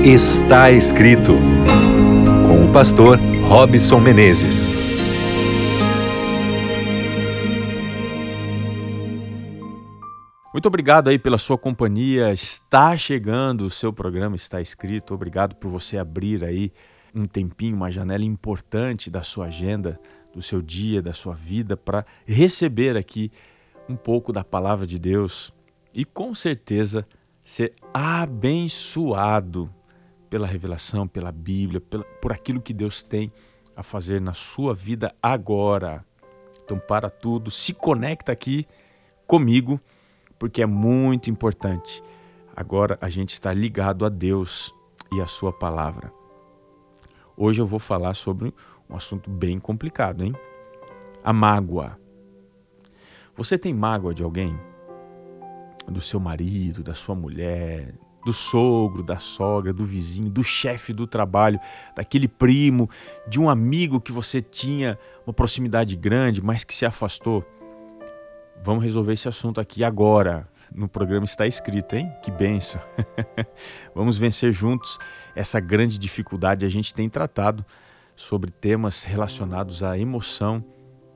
Está escrito, com o pastor Robson Menezes. Muito obrigado aí pela sua companhia. Está chegando o seu programa Está Escrito. Obrigado por você abrir aí um tempinho, uma janela importante da sua agenda, do seu dia, da sua vida, para receber aqui um pouco da palavra de Deus e com certeza ser abençoado pela revelação, pela Bíblia, por aquilo que Deus tem a fazer na sua vida agora. Então, para tudo, se conecta aqui comigo, porque é muito importante. Agora a gente está ligado a Deus e a sua palavra. Hoje eu vou falar sobre um assunto bem complicado, hein? A mágoa. Você tem mágoa de alguém? Do seu marido, da sua mulher, do sogro, da sogra, do vizinho, do chefe do trabalho, daquele primo, de um amigo que você tinha uma proximidade grande, mas que se afastou? Vamos resolver esse assunto aqui agora. No programa Está Escrito, hein? Que bênção! Vamos vencer juntos essa grande dificuldade. A gente tem tratado sobre temas relacionados à emoção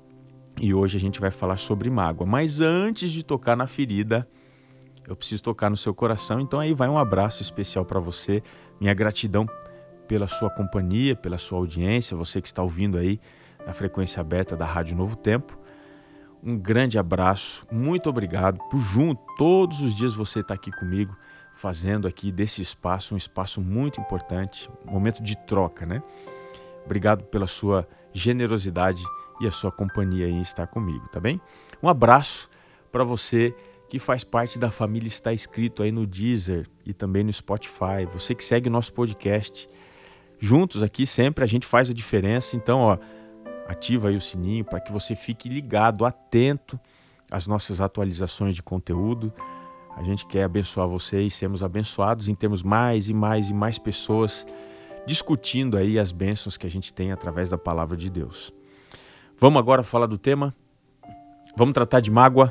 e hoje a gente vai falar sobre mágoa. Mas antes de tocar na ferida, eu preciso tocar no seu coração. Então aí vai um abraço especial para você. Minha gratidão pela sua companhia, pela sua audiência, você que está ouvindo aí na frequência aberta da Rádio Novo Tempo. Um grande abraço, muito obrigado por todos os dias você estar aqui comigo, fazendo aqui desse espaço um espaço muito importante, um momento de troca, né? Obrigado pela sua generosidade e a sua companhia em estar comigo, tá bem? Um abraço para você que faz parte da família Está Escrito aí no Deezer e também no Spotify, você que segue o nosso podcast. Juntos aqui sempre a gente faz a diferença, então ativa aí o sininho para que você fique ligado, atento às nossas atualizações de conteúdo. A gente quer abençoar você e sermos abençoados em termos mais e mais e mais pessoas discutindo aí as bênçãos que a gente tem através da palavra de Deus. Vamos agora falar do tema? Vamos tratar de mágoa?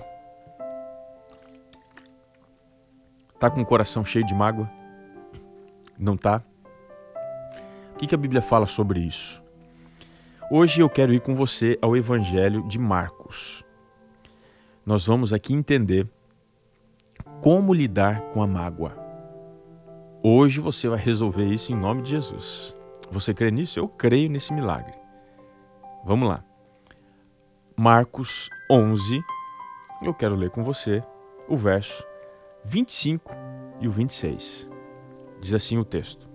Tá com o coração cheio de mágoa? Não tá? O que a Bíblia fala sobre isso? Hoje eu quero ir com você ao Evangelho de Marcos. Nós vamos aqui entender como lidar com a mágoa. Hoje você vai resolver isso em nome de Jesus. Você crê nisso? Eu creio nesse milagre. Vamos lá. Marcos 11, eu quero ler com você o verso 25 e o 26. Diz assim o texto.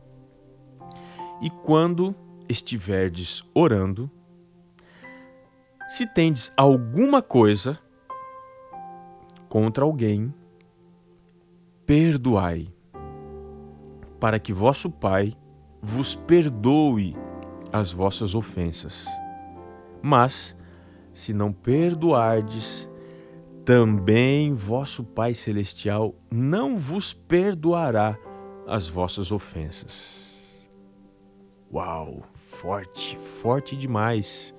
E quando estiverdes orando, se tendes alguma coisa contra alguém, perdoai, para que vosso Pai vos perdoe as vossas ofensas. Mas, se não perdoardes, também vosso Pai Celestial não vos perdoará as vossas ofensas. Uau! Forte demais.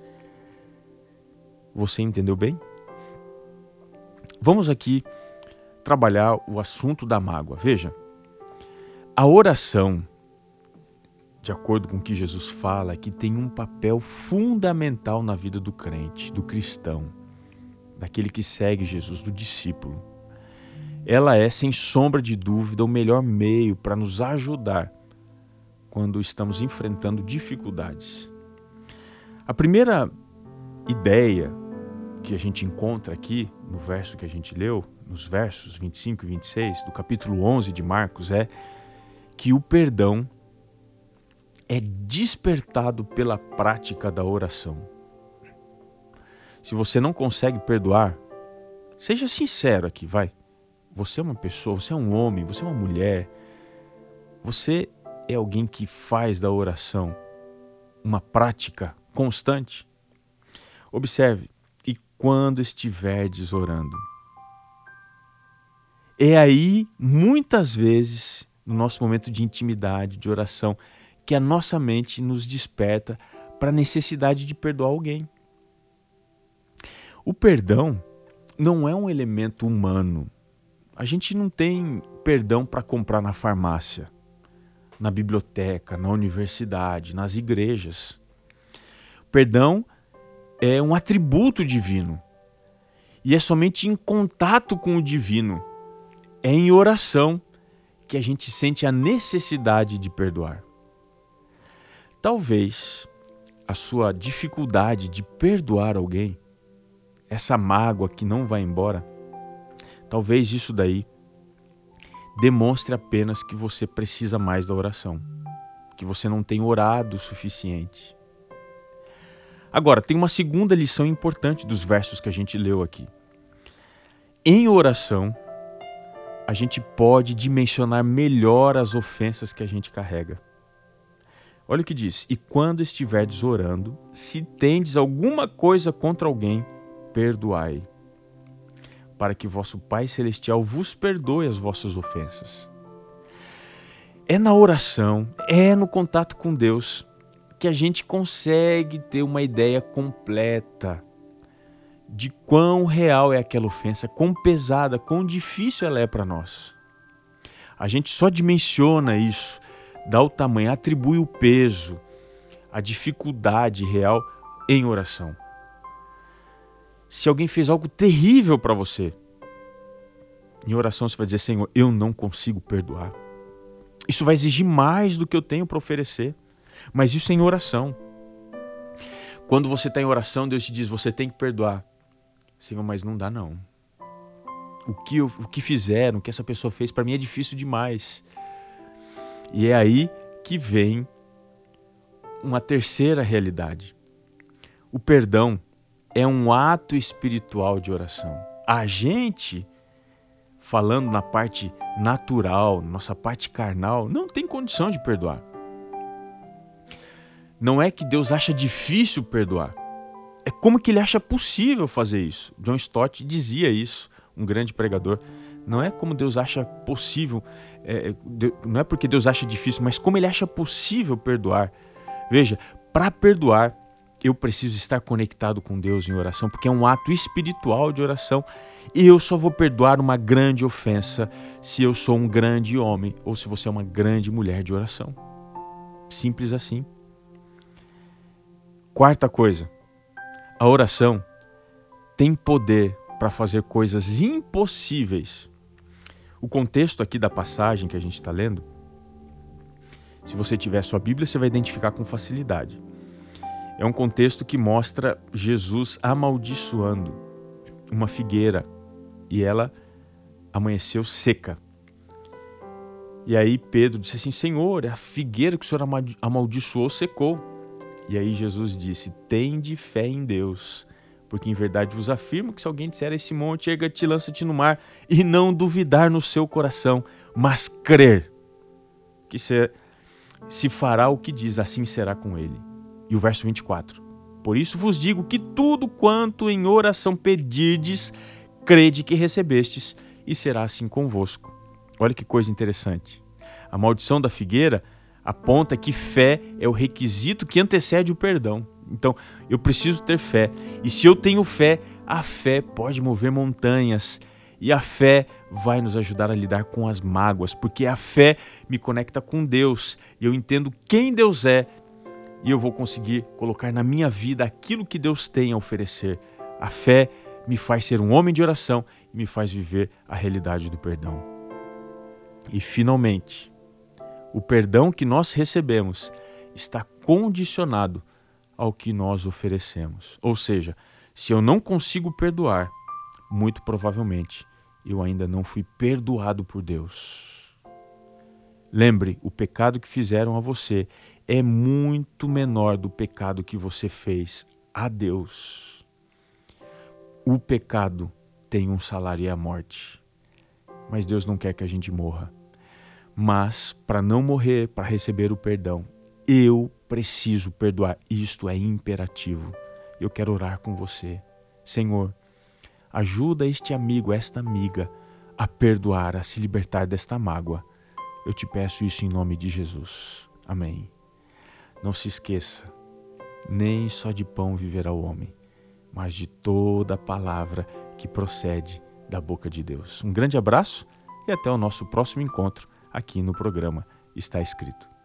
Você entendeu bem? Vamos aqui trabalhar o assunto da mágoa. Veja, a oração, de acordo com o que Jesus fala, que tem um papel fundamental na vida do crente, do cristão, daquele que segue Jesus, do discípulo. Ela é, sem sombra de dúvida, o melhor meio para nos ajudar quando estamos enfrentando dificuldades. A primeira ideia que a gente encontra aqui no verso que a gente leu, nos versos 25 e 26 do capítulo 11 de Marcos, é que o perdão é despertado pela prática da oração. Se você não consegue perdoar, seja sincero aqui, vai. Você é uma pessoa, você é um homem, você é uma mulher, você é alguém que faz da oração uma prática constante? Observe, e quando estiverdes orando. É aí, muitas vezes, no nosso momento de intimidade, de oração, que a nossa mente nos desperta para a necessidade de perdoar alguém. O perdão não é um elemento humano. A gente não tem perdão para comprar na farmácia. na biblioteca, na universidade, nas igrejas. Perdão é um atributo divino. E é somente em contato com o divino, é em oração, que a gente sente a necessidade de perdoar. Talvez a sua dificuldade de perdoar alguém, essa mágoa que não vai embora, talvez isso daí demonstre apenas que você precisa mais da oração, que você não tem orado o suficiente. Agora, tem uma segunda lição importante dos versos que a gente leu aqui. Em oração, a gente pode dimensionar melhor as ofensas que a gente carrega. Olha o que diz: e quando estiverdes orando, se tendes alguma coisa contra alguém, perdoai, para que vosso Pai Celestial vos perdoe as vossas ofensas. É na oração, é no contato com Deus, que a gente consegue ter uma ideia completa de quão real é aquela ofensa, quão pesada, quão difícil ela é para nós. A gente só dimensiona isso, dá o tamanho, atribui o peso, a dificuldade real em oração. Se alguém fez algo terrível para você, em oração você vai dizer: Senhor, eu não consigo perdoar. Isso vai exigir mais do que eu tenho para oferecer, mas isso é em oração. Quando você está em oração, Deus te diz: você tem que perdoar. Senhor, mas não dá não. O que fizeram, o que essa pessoa fez, para mim é difícil demais. E é aí que vem uma terceira realidade. O perdão é um ato espiritual de oração. A gente, falando na parte natural, nossa parte carnal, não tem condição de perdoar. Não é que Deus acha difícil perdoar. É como que ele acha possível fazer isso. John Stott dizia isso, um grande pregador. Não é como Deus acha possível, não é porque Deus acha difícil, mas como ele acha possível perdoar. Veja, para perdoar, eu preciso estar conectado com Deus em oração, porque é um ato espiritual de oração. E eu só vou perdoar uma grande ofensa se eu sou um grande homem ou se você é uma grande mulher de oração. Simples assim. Quarta coisa, a oração tem poder para fazer coisas impossíveis. O contexto aqui da passagem que a gente está lendo, se você tiver sua Bíblia, você vai identificar com facilidade. É um contexto que mostra Jesus amaldiçoando uma figueira e ela amanheceu seca. E aí Pedro disse assim: Senhor, a figueira que o Senhor amaldiçoou secou. E aí Jesus disse: tende fé em Deus, porque em verdade vos afirmo que se alguém disser a esse monte, erga-te e lança-te no mar, e não duvidar no seu coração, mas crer que se fará o que diz, assim será com ele. E o verso 24: por isso vos digo que tudo quanto em oração pedirdes, crede que recebestes, e será assim convosco. Olha que coisa interessante. A maldição da figueira aponta que fé é o requisito que antecede o perdão. Então, eu preciso ter fé. E se eu tenho fé, a fé pode mover montanhas. E a fé vai nos ajudar a lidar com as mágoas, porque a fé me conecta com Deus. E eu entendo quem Deus é. E eu vou conseguir colocar na minha vida aquilo que Deus tem a oferecer. A fé me faz ser um homem de oração e me faz viver a realidade do perdão. E, finalmente, o perdão que nós recebemos está condicionado ao que nós oferecemos. Ou seja, se eu não consigo perdoar, muito provavelmente eu ainda não fui perdoado por Deus. Lembre, o pecado que fizeram a você é muito menor do pecado que você fez a Deus. O pecado tem um salário, e é a morte. Mas Deus não quer que a gente morra. Mas, para não morrer, para receber o perdão, eu preciso perdoar. Isto é imperativo. Eu quero orar com você. Senhor, ajuda este amigo, esta amiga, a perdoar, a se libertar desta mágoa. Eu te peço isso em nome de Jesus. Amém. Não se esqueça, nem só de pão viverá o homem, mas de toda a palavra que procede da boca de Deus. Um grande abraço e até o nosso próximo encontro aqui no programa está escrito.